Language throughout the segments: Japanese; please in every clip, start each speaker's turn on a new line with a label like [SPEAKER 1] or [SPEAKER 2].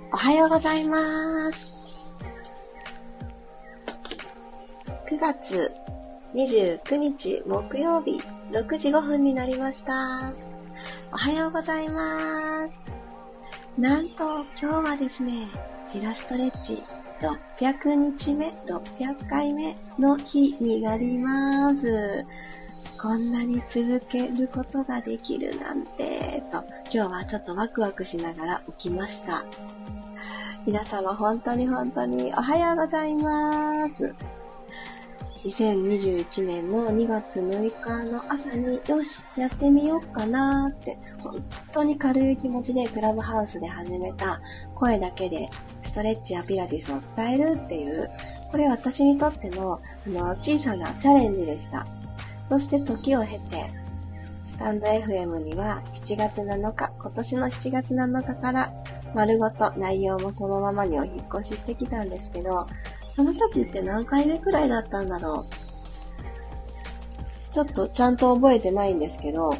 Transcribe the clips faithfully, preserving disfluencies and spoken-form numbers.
[SPEAKER 1] おはようございます。くがつにじゅうくにち木曜日ろくじごふんになりました。おはようございます。なんと今日はですね、ピラストレッチろっぴゃくにちめ、ろっぴゃっかいめの日になります。こんなに続けることができるなんて、と今日はちょっとワクワクしながら起きました。皆様本当に本当におはようございます。にせんにじゅういちねんのにがつむいかの朝によしやってみようかなーって本当に軽い気持ちでクラブハウスで始めた声だけでストレッチやピラティスを伝えるっていう、これ私にとっての、あの小さなチャレンジでした。そして時を経てスタンド エフエム にはしちがつなのか、今年のしちがつなのかから丸ごと内容もそのままにお引っ越ししてきたんですけど、その時って何回目くらいだったんだろう。ちょっとちゃんと覚えてないんですけど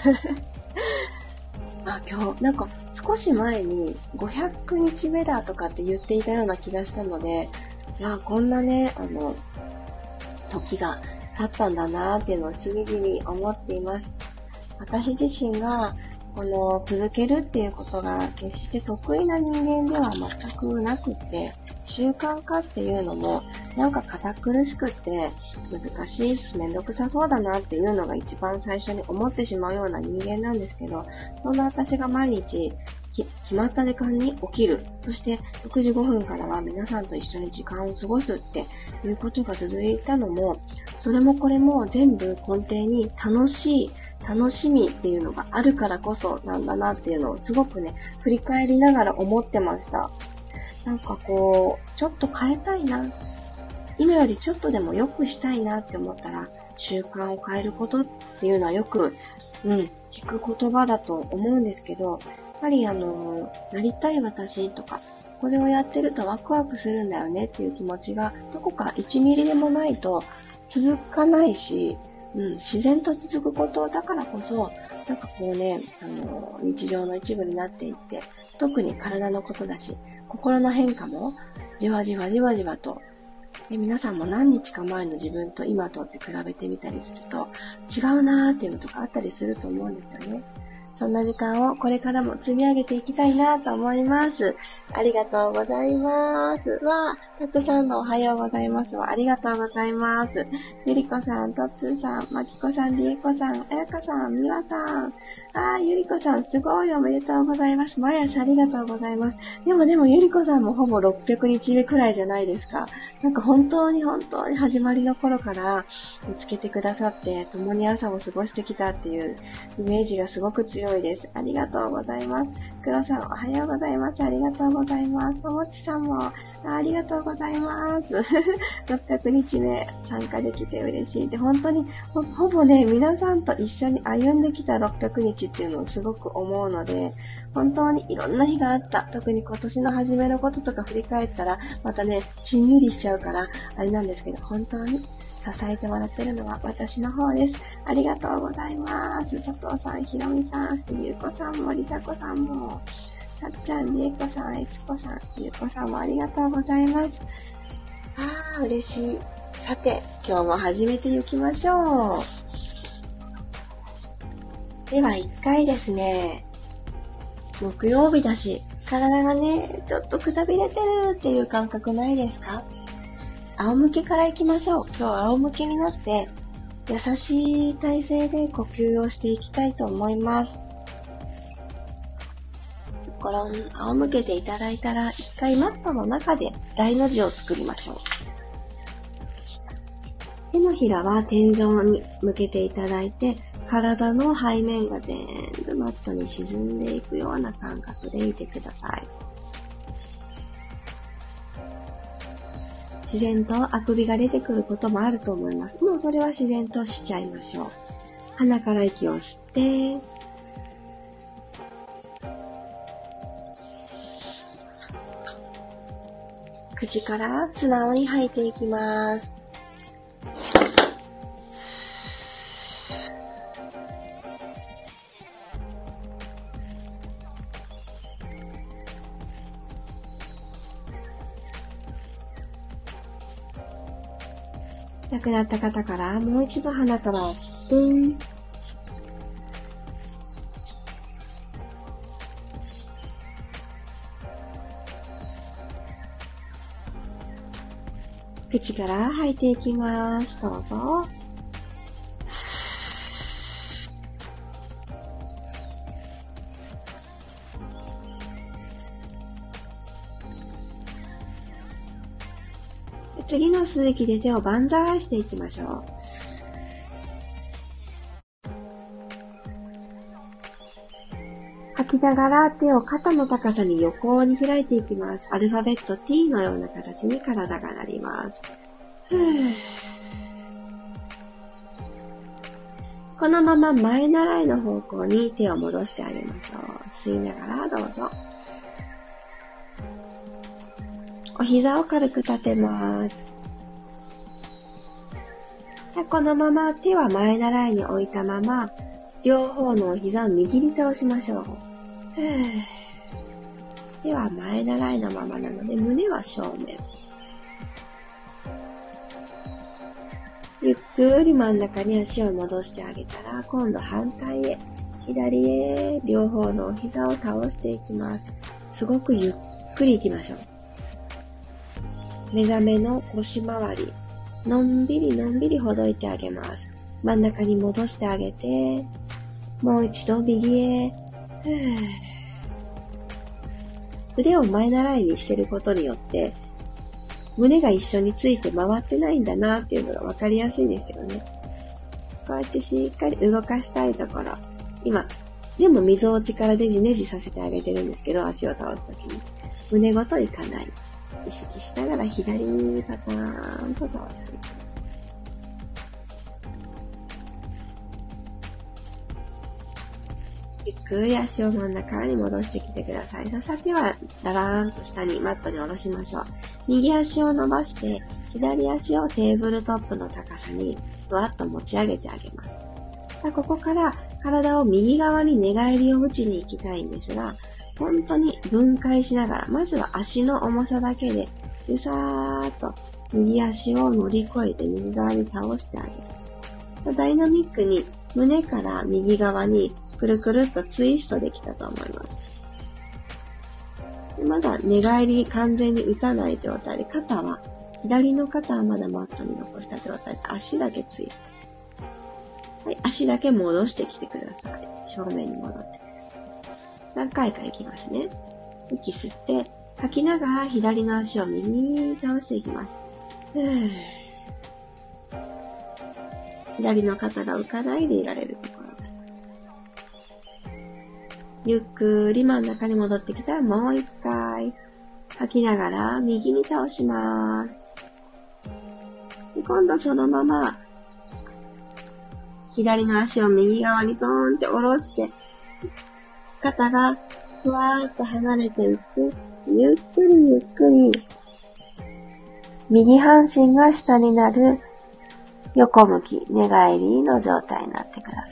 [SPEAKER 1] あ、今日なんか少し前にごひゃくにちめだとかって言っていたような気がしたので、いやこんなね、あの時が経ったんだなーっていうのをしみじみ思っています。私自身がこの続けるっていうことが決して得意な人間では全くなくって、習慣化っていうのもなんか堅苦しくって難しいしめんどくさそうだなっていうのが一番最初に思ってしまうような人間なんですけど、そんな私が毎日決まった時間に起きる、そしてろくじごふんからは皆さんと一緒に時間を過ごすっていうことが続いたのも、それもこれも全部根底に楽しい楽しみっていうのがあるからこそなんだなっていうのをすごくね、振り返りながら思ってました。なんかこう、ちょっと変えたいな、今よりちょっとでも良くしたいなって思ったら、習慣を変えることっていうのはよく、うん、聞く言葉だと思うんですけど、やっぱりあの、なりたい私とか、これをやってるとワクワクするんだよねっていう気持ちが、どこかいちミリでもないと続かないし、うん、自然と続くことだからこそ、なんかこうね、あの、日常の一部になっていって、特に体のことだし、心の変化もじわじわじわじわと、で皆さんも何日か前の自分と今とって比べてみたりすると、違うなーっていうのとかあったりすると思うんですよね。そんな時間をこれからも積み上げていきたいなと思います。ありがとうございます。わー、たくさんのおはようございますわ。ありがとうございます。ゆりこさん、とっつーさん、まきこさん、りえこさん、あやかさん、みわさん。あー、ゆりこさん、すごいおめでとうございます。毎朝ありがとうございます。でもでもゆりこさんもほぼろっぴゃくにちめくらいじゃないですか。なんか本当に本当に始まりの頃から見つけてくださって、共に朝を過ごしてきたっていうイメージがすごく強いです。ありがとうございます。くろさん、おはようございます。ありがとうございます。ともちさんも、ありがとうございます。ろっぴゃくにちめ参加できて嬉しい。で、本当にほ、ほぼね、皆さんと一緒に歩んできたろっぴゃくにちっていうのをすごく思うので、本当にいろんな日があった。特に今年の初めのこととか振り返ったら、またね、しんみりしちゃうから、あれなんですけど、本当に支えてもらってるのは私の方です。ありがとうございます。佐藤さん、ひろみさん、そしてゆうこさんも、りさこさんも、さっちゃん、りえこさん、えつこさん、ゆうこさんもありがとうございます。あー、嬉しい。さて、今日も始めていきましょう。では一回ですね、木曜日だし、体がね、ちょっとくたびれてるっていう感覚ないですか？仰向けから行きましょう。今日は仰向けになって、優しい体勢で呼吸をしていきたいと思います。この仰向けていただいたら、一回マットの中で大の字を作りましょう。手のひらは天井に向けていただいて、体の背面が全部マットに沈んでいくような感覚でいてください。自然とあくびが出てくることもあると思います。もうそれは自然としちゃいましょう。鼻から息を吸って、口から素直に吐いていきます。 なくなった方からもう一度鼻から吸って、口から吐いていきます。どうぞ。次の吸う息で手を万歳していきましょう。吐きながら手を肩の高さに横に開いていきます。アルファベット T のような形に体がなります。ふぅ。このまま前習いの方向に手を戻してあげましょう。吸いながらどうぞ。お膝を軽く立てます。このまま手は前習いに置いたまま、両方のお膝を右に倒しましょう。手は前習いのままなので、胸は正面。ゆっくり真ん中に足を戻してあげたら、今度反対へ、左へ、両方のお膝を倒していきます。すごくゆっくりいきましょう。目覚めの腰回り、のんびりのんびりほどいてあげます。真ん中に戻してあげて、もう一度右へ。腕を前習いにしてることによって、胸が一緒について回ってないんだなっていうのが分かりやすいですよね。こうやってしっかり動かしたいところ。今、でも溝落ちからねじねじさせてあげてるんですけど、足を倒すときに。胸ごといかない。意識しながら左にパターンと倒していきます。ゆっくり足を真ん中に戻してきてください。そしたら手はだらーんと下にマットに下ろしましょう。右足を伸ばして、左足をテーブルトップの高さにふわっと持ち上げてあげます。ここから体を右側に寝返りを打ちに行きたいんですが、本当に分解しながら、まずは足の重さだけで、ゆさーっと右足を乗り越えて右側に倒してあげる。ダイナミックに胸から右側にくるくるっとツイストできたと思います。まだ寝返り完全に打たない状態で、肩は、左の肩はまだマットに残した状態で、足だけツイスト。はい、足だけ戻してきてください。正面に戻ってください。何回かいきますね。息吸って、吐きながら左の足を右に倒していきます。左の肩が浮かないでいられるところです。ゆっくり真ん中に戻ってきたらもう一回吐きながら右に倒します。で今度そのまま左の足を右側にドーンって下ろして肩がふわーっと離れていく。ゆっくりゆっくり右半身が下になる横向き寝返りの状態になってくださ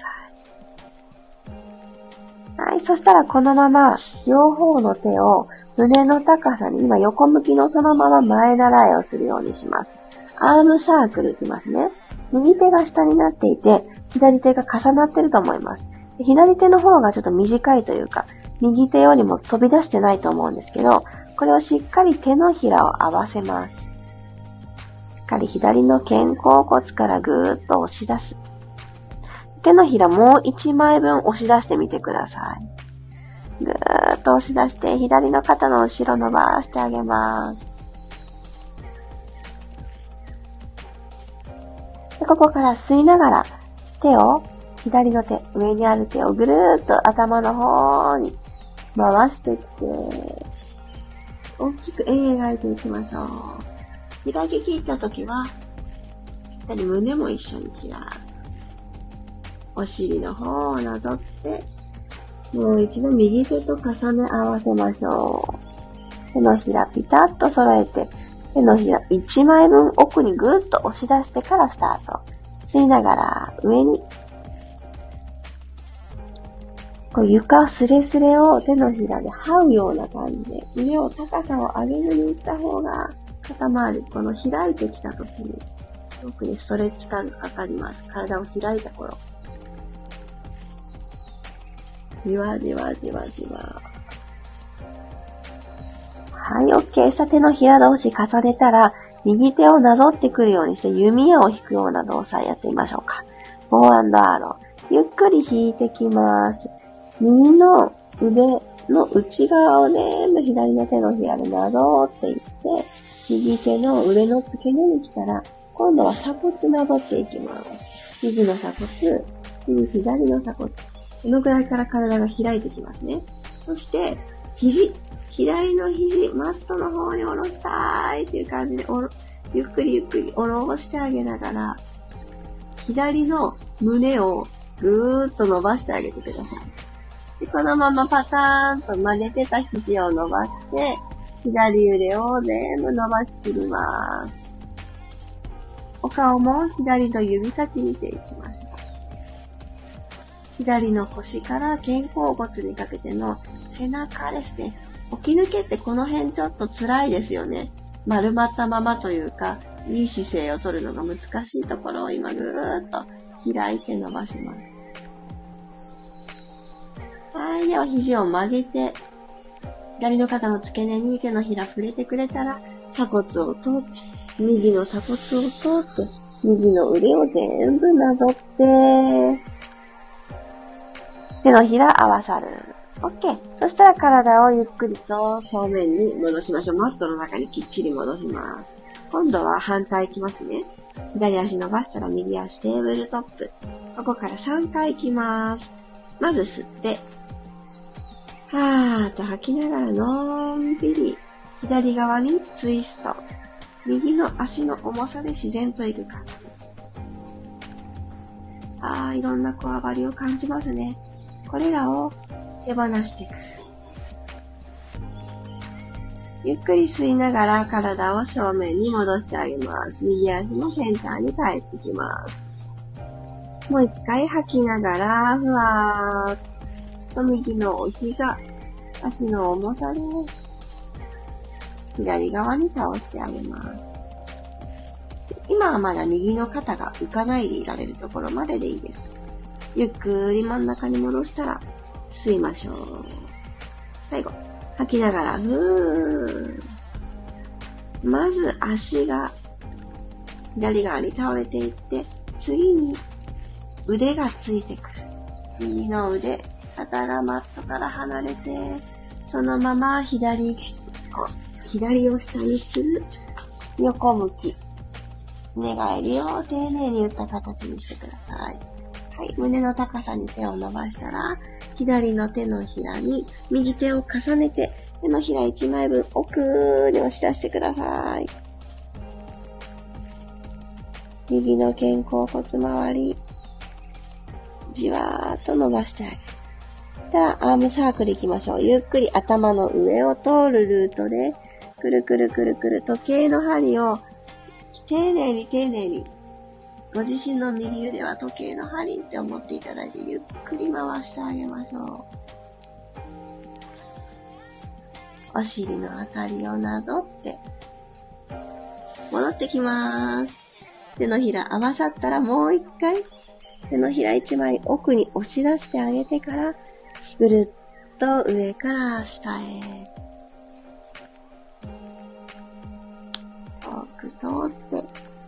[SPEAKER 1] い。はい、そしたらこのまま両方の手を胸の高さに、今横向きのそのまま前習いをするようにします。アームサークルいきますね。右手が下になっていて、左手が重なってると思います。左手の方がちょっと短いというか、右手よりも飛び出してないと思うんですけど、これをしっかり手のひらを合わせます。しっかり左の肩甲骨からぐーっと押し出す。手のひらもう一枚分押し出してみてください。ぐーっと押し出して左の肩の後ろ伸ばしてあげます。でここから吸いながら手を、左の手、上にある手をぐるーっと頭の方に回してきて、大きく円描いていきましょう。開き切ったときは、ぴったり胸も一緒に開く。お尻の方をなぞって、もう一度右手と重ね合わせましょう。手のひらピタッと揃えて、手のひら一枚分奥にぐーっと押し出してからスタート。吸いながら上に。こう床スレスレを手のひらで這うような感じで、腕を高さを上げずにいった方が、肩周り、この開いてきた時に、 特にストレッチ感がかかります。体を開いた頃。じわじわじわじわ。はい、OK。さてのひら同士重ねたら、右手をなぞってくるようにして弓矢を引くような動作やってみましょうか。ボー&アロー。ゆっくり引いてきます。右の腕の内側を全部左の手のひらでなぞっていって、右手の上の付け根に来たら、今度は鎖骨なぞっていきます。右の鎖骨、次左の鎖骨。このぐらいから体が開いてきますね。そして、肘。左の肘、マットの方に下ろしたーいっていう感じで、おろゆっくりゆっくり下ろしてあげながら、左の胸をぐーっと伸ばしてあげてください。でこのままパターンと曲げてた肘を伸ばして、左腕を全部伸ばしきります。お顔も左の指先見ていきましょう。左の腰から肩甲骨にかけての背中ですね。起き抜けってこの辺ちょっと辛いですよね。丸まったままというか、いい姿勢を取るのが難しいところを今ぐーっと開いて伸ばします。はい、では肘を曲げて、左の肩の付け根に手のひら触れてくれたら、鎖骨を通って、右の鎖骨を通って、右の腕を全部なぞって、手のひら合わさる。OK。そしたら体をゆっくりと正面に戻しましょう。マットの中にきっちり戻します。今度は反対いきますね。左足伸ばしたら右足テーブルトップ。ここからさんかいいきます。まず吸って、はーっと吐きながらのんびり左側にツイスト。右の足の重さで自然といく感じです。あー、いろんなこわばりを感じますね。これらを手放していく。ゆっくり吸いながら体を正面に戻してあげます。右足もセンターに帰ってきます。もう一回吐きながら、ふわーっと右のお膝、足の重さで左側に倒してあげます。今はまだ右の肩が浮かないでいられるところまででいいです。ゆっくり真ん中に戻したら吸いましょう。最後、吐きながら、ふー。まず足が左側に倒れていって、次に腕がついてくる。右の腕、肩がマットから離れて、そのまま左、左を下にする横向き。寝返りを丁寧に打った形にしてください。はい、胸の高さに手を伸ばしたら、左の手のひらに右手を重ねて、手のひらいちまいぶん奥に押し出してください。右の肩甲骨周り、じわーっと伸ばしてあげる。じゃあ、アームサークル行きましょう。ゆっくり頭の上を通るルートで、くるくるくるくる時計の針を丁寧に丁寧に、ご自身の右腕は時計の針って思っていただいて、ゆっくり回してあげましょう。お尻のあたりをなぞって、戻ってきます。手のひら合わさったらもう一回、手のひら一枚奥に押し出してあげてから、ぐるっと上から下へ。奥通って、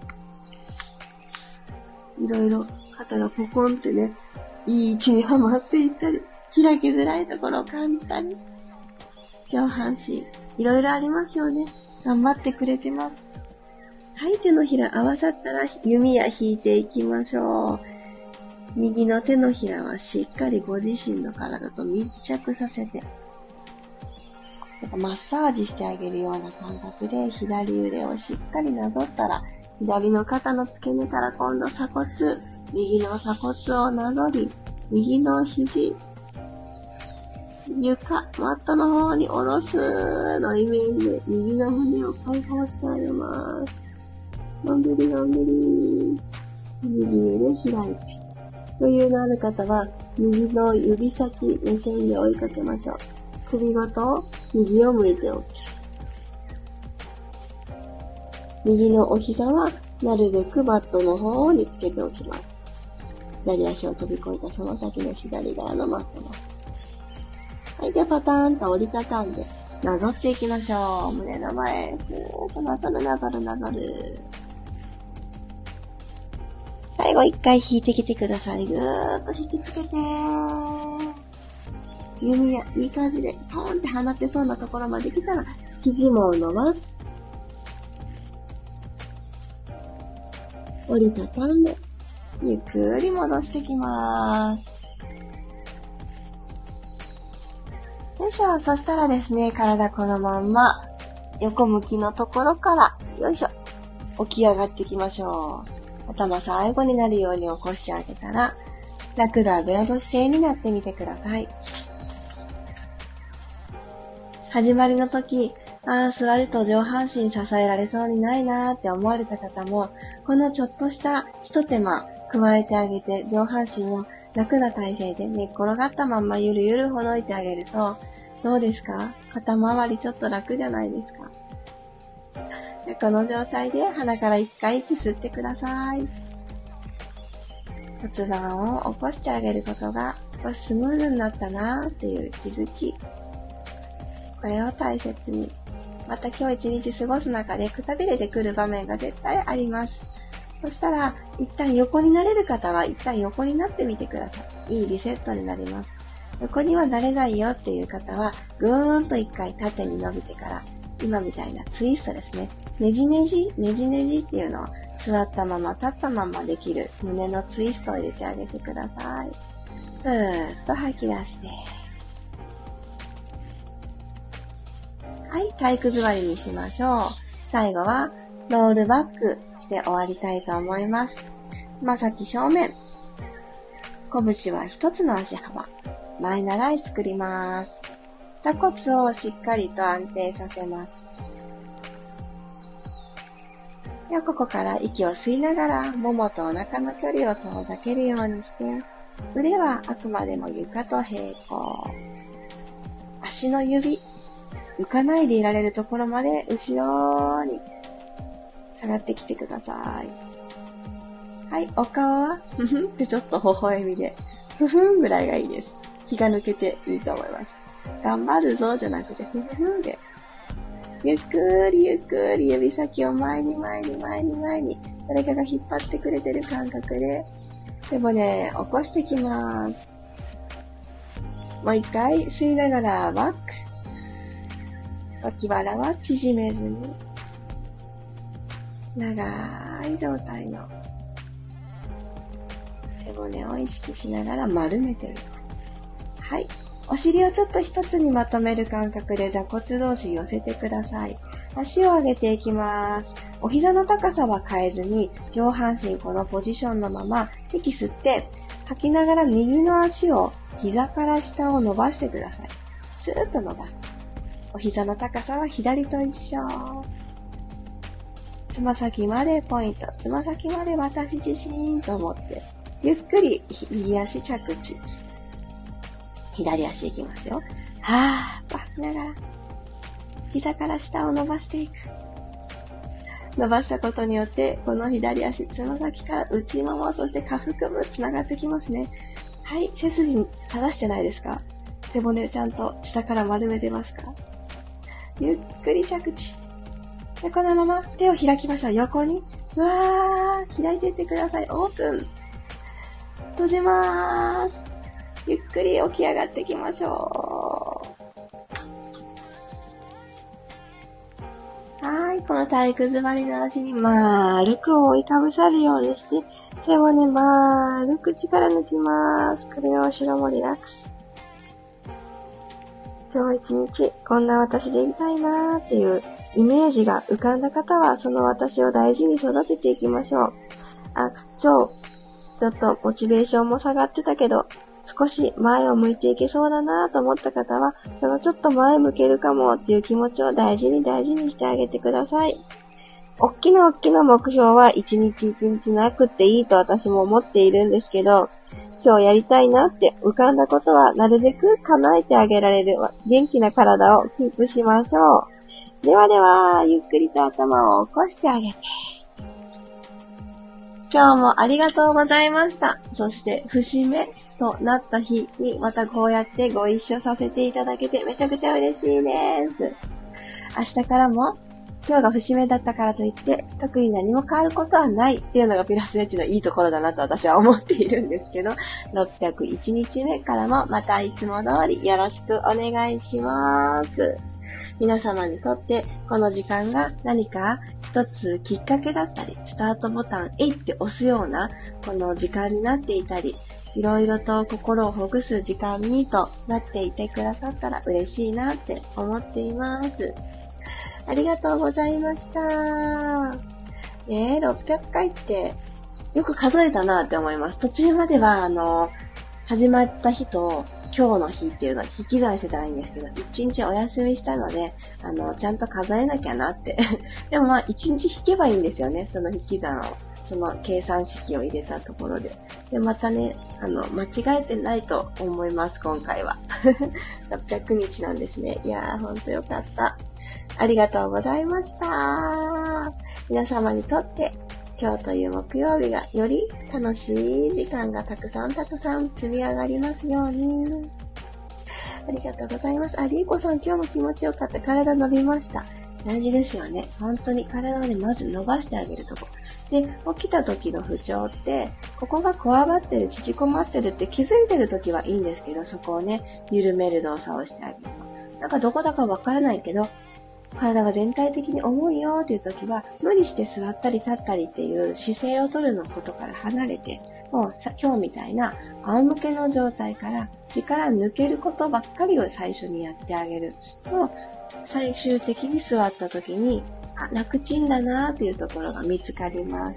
[SPEAKER 1] いろいろ肩がポコンってね、いい位置にはまっていったり、開きづらいところを感じたり、上半身、いろいろありますよね。頑張ってくれてます。はい、手のひら合わさったら弓矢引いていきましょう。右の手のひらはしっかりご自身の体と密着させて、マッサージしてあげるような感覚で左腕をしっかりなぞったら、左の肩の付け根から今度鎖骨、右の鎖骨をなぞり、右の肘、床、マットの方に下ろすのイメージで右の胸を解放してあげます。のんびりのんびり、右腕開いて。余裕のある方は右の指先、目線で追いかけましょう。首ごと右を向いて OK。右のお膝はなるべくマットの方につけておきます。左足を飛び越えたその先の左側のマットの。はい、で、パターンと折りたたんで、なぞっていきましょう。胸の前、スーッとなぞるなぞるなぞる。最後一回引いてきてください。ぐーっと引きつけてー。弓や、いい感じで、ポーンって放ってそうなところまで来たら、肘も伸ばす。折りたたんで、ゆっくり戻してきまーす。よいしょ。そしたらですね、体このまんま、横向きのところから、よいしょ。起き上がっていきましょう。頭最後になるように起こしてあげたら、楽なグラド姿勢になってみてください。始まりの時、ああ、座ると上半身支えられそうにないなーって思われた方も、このちょっとした一手間加えてあげて、上半身を楽な体勢で寝っ転がったまんまゆるゆるほどいてあげると、どうですか？肩周りちょっと楽じゃないですか？でこの状態で鼻から一回息吸ってください。骨盤を起こしてあげることが少しスムーズになったなーっていう気づき。これを大切に。また今日一日過ごす中でくたびれてくる場面が絶対あります。そしたら、一旦横になれる方は一旦横になってみてください。いいリセットになります。横にはなれないよっていう方は、ぐーんと一回縦に伸びてから、今みたいなツイストですね。ねじねじ、ねじねじっていうのを座ったまま、立ったままできる胸のツイストを入れてあげてください。ふーっと吐き出して。はい、体育座りにしましょう。最後は、ロールバックして終わりたいと思います。つま先正面。拳は一つの足幅。前習い作ります。座骨をしっかりと安定させます。ではここから息を吸いながら、ももとお腹の距離を遠ざけるようにして、腕はあくまでも床と平行。足の指、浮かないでいられるところまで後ろに下がってきてください。はい、お顔は、ふふんってちょっと微笑みで、ふふんぐらいがいいです。気が抜けていいと思います。頑張るぞじゃなくて、ふふんで。ゆっくりゆっくり指先を前に前に前に前に、誰かが引っ張ってくれてる感覚で、背骨起こしてきます。もう一回吸いながらバック。脇腹は縮めずに、長い状態の背骨を意識しながら丸めてみます。はい。お尻をちょっと一つにまとめる感覚で座骨同士寄せてください。足を上げていきます。お膝の高さは変えずに、上半身このポジションのまま、息吸って、吐きながら右の足を膝から下を伸ばしてください。スーッと伸ばす。お膝の高さは左と一緒。つま先までポイント。つま先まで私自身と思って。ゆっくり右足着地。左足いきますよ。はーっと吐きながら。膝から下を伸ばしていく。伸ばしたことによって、この左足、つま先から内もも、そして下腹部つながってきますね。はい、背筋正してないですか？背骨ちゃんと下から丸めてますか？ゆっくり着地。で、このまま手を開きましょう。横に。うわー、開いていってください。オープン。閉じまーす。ゆっくり起き上がっていきましょう。はい、この体育座りの足に丸く覆いかぶさるようにして、背骨丸く力抜きます。首の後ろもリラックス。今日一日、こんな私でいたいなーっていうイメージが浮かんだ方は、その私を大事に育てていきましょう。あ、今日、ちょっとモチベーションも下がってたけど、少し前を向いていけそうだなーと思った方は、そのちょっと前向けるかもっていう気持ちを大事に大事にしてあげてください。おっきなおっきな目標は一日一日なくっていいと私も思っているんですけど、今日やりたいなって浮かんだことはなるべく叶えてあげられる元気な体をキープしましょう。ではでは、ゆっくりと頭を起こしてあげて。 今日もありがとうございました。そして、節目となった日にまたこうやってご一緒させていただけてめちゃくちゃ嬉しいです。明日からも、今日が節目だったからといって、特に何も変わることはないっていうのがピラスネットのいいところだなと私は思っているんですけど、ろっぴゃくいちにちめからもまたいつも通りよろしくお願いします。皆様にとってこの時間が何か一つきっかけだったり、スタートボタンえいって押すようなこの時間になっていたり、いろいろと心をほぐす時間にとなっていてくださったら嬉しいなって思っています。ありがとうございました。ねえ、ろっぴゃっかいってよく数えたなって思います。途中まではあの、始まった日と今日の日っていうのを引き算してたらいいんですけど、一日お休みしたので、あの、ちゃんと数えなきゃなって。でもまあ、一日引けばいいんですよね。その引き算を。その計算式を入れたところで。で、またね、あの、間違えてないと思います、今回は。ろっぴゃくにちなんですね。いやー、ほんとよかった。ありがとうございました。皆様にとって、今日という木曜日がより楽しい時間がたくさんたくさん積み上がりますように。ありがとうございます。あ、リーコさん今日も気持ちよかった。体伸びました。大事ですよね。本当に体をね、まず伸ばしてあげるとこ。で、起きた時の不調って、ここがこわばってる、縮こまってるって気づいてる時はいいんですけど、そこをね、緩める動作をしてあげると。なんかどこだかわからないけど、体が全体的に重いよっていう時は、無理して座ったり立ったりっていう姿勢を取るのことから離れて、もうさ今日みたいな仰向けの状態から力抜けることばっかりを最初にやってあげると、最終的に座った時に、あ、楽ちんだなーっていうところが見つかります。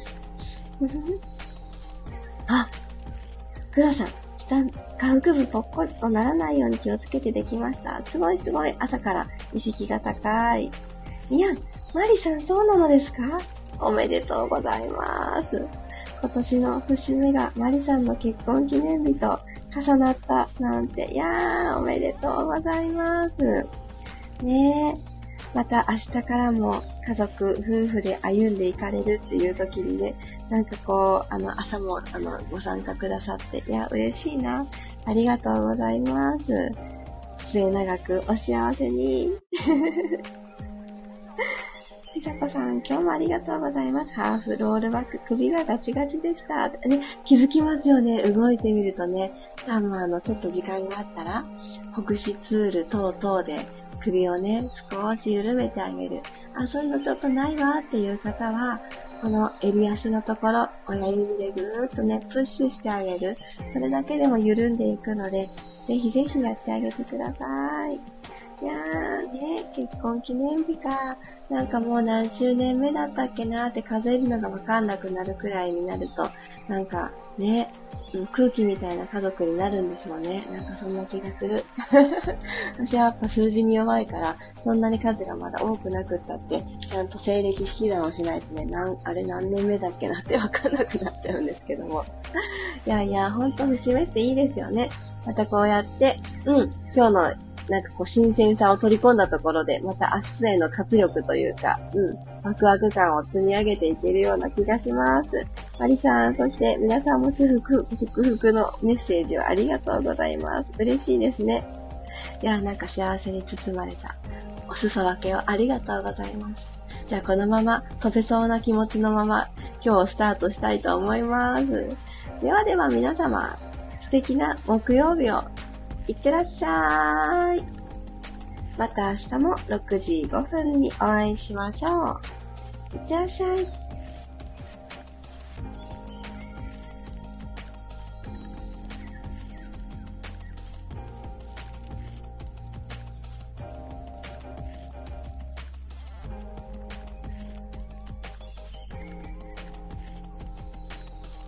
[SPEAKER 1] あ、黒さん。下腹部ぽっこりとならないように気をつけてできました。すごいすごい。朝から意識が高い。いや、マリさんそうなのですか？おめでとうございます。今年の節目がマリさんの結婚記念日と重なったなんて、いやー、おめでとうございます。ねえ。また明日からも家族、夫婦で歩んでいかれるっていう時にね、なんかこう、あの、朝も、あの、ご参加くださって、いや、嬉しいな。ありがとうございます。末永くお幸せに。ひさこさん、今日もありがとうございます。ハーフロールバック、首がガチガチでした。ね、気づきますよね。動いてみるとね。さあ、まあ、あの、ちょっと時間があったら、ほぐしツール等々で、首をね、少し緩めてあげる。あ、そういうのちょっとないわっていう方は、この襟足のところ、親指でぐーっとね、プッシュしてあげる。それだけでも緩んでいくので、ぜひぜひやってあげてください。いやーね、結婚記念日か。なんかもう何周年目だったっけなーって数えるのがわかんなくなるくらいになると、なんかね、空気みたいな家族になるんでしょうね。なんかそんな気がする。私はやっぱ数字に弱いから、そんなに数がまだ多くなくったって、ちゃんと西暦引き算をしないとね、なんあれ何年目だっけなってわかんなくなっちゃうんですけども。いやいや、ほんと節目っていいですよね。またこうやって、うん、今日のなんかこう新鮮さを取り込んだところで、また明日への活力というか、うん、ワクワク感を積み上げていけるような気がします。マリさん、そして皆さんも祝福、祝福のメッセージをありがとうございます。嬉しいですね。いや、なんか幸せに包まれたお裾分けをありがとうございます。じゃあこのまま飛べそうな気持ちのまま今日をスタートしたいと思います。ではでは皆様、素敵な木曜日をいってらっしゃい。また明日もろくじごふんにお会いしましょう。いってらっしゃい。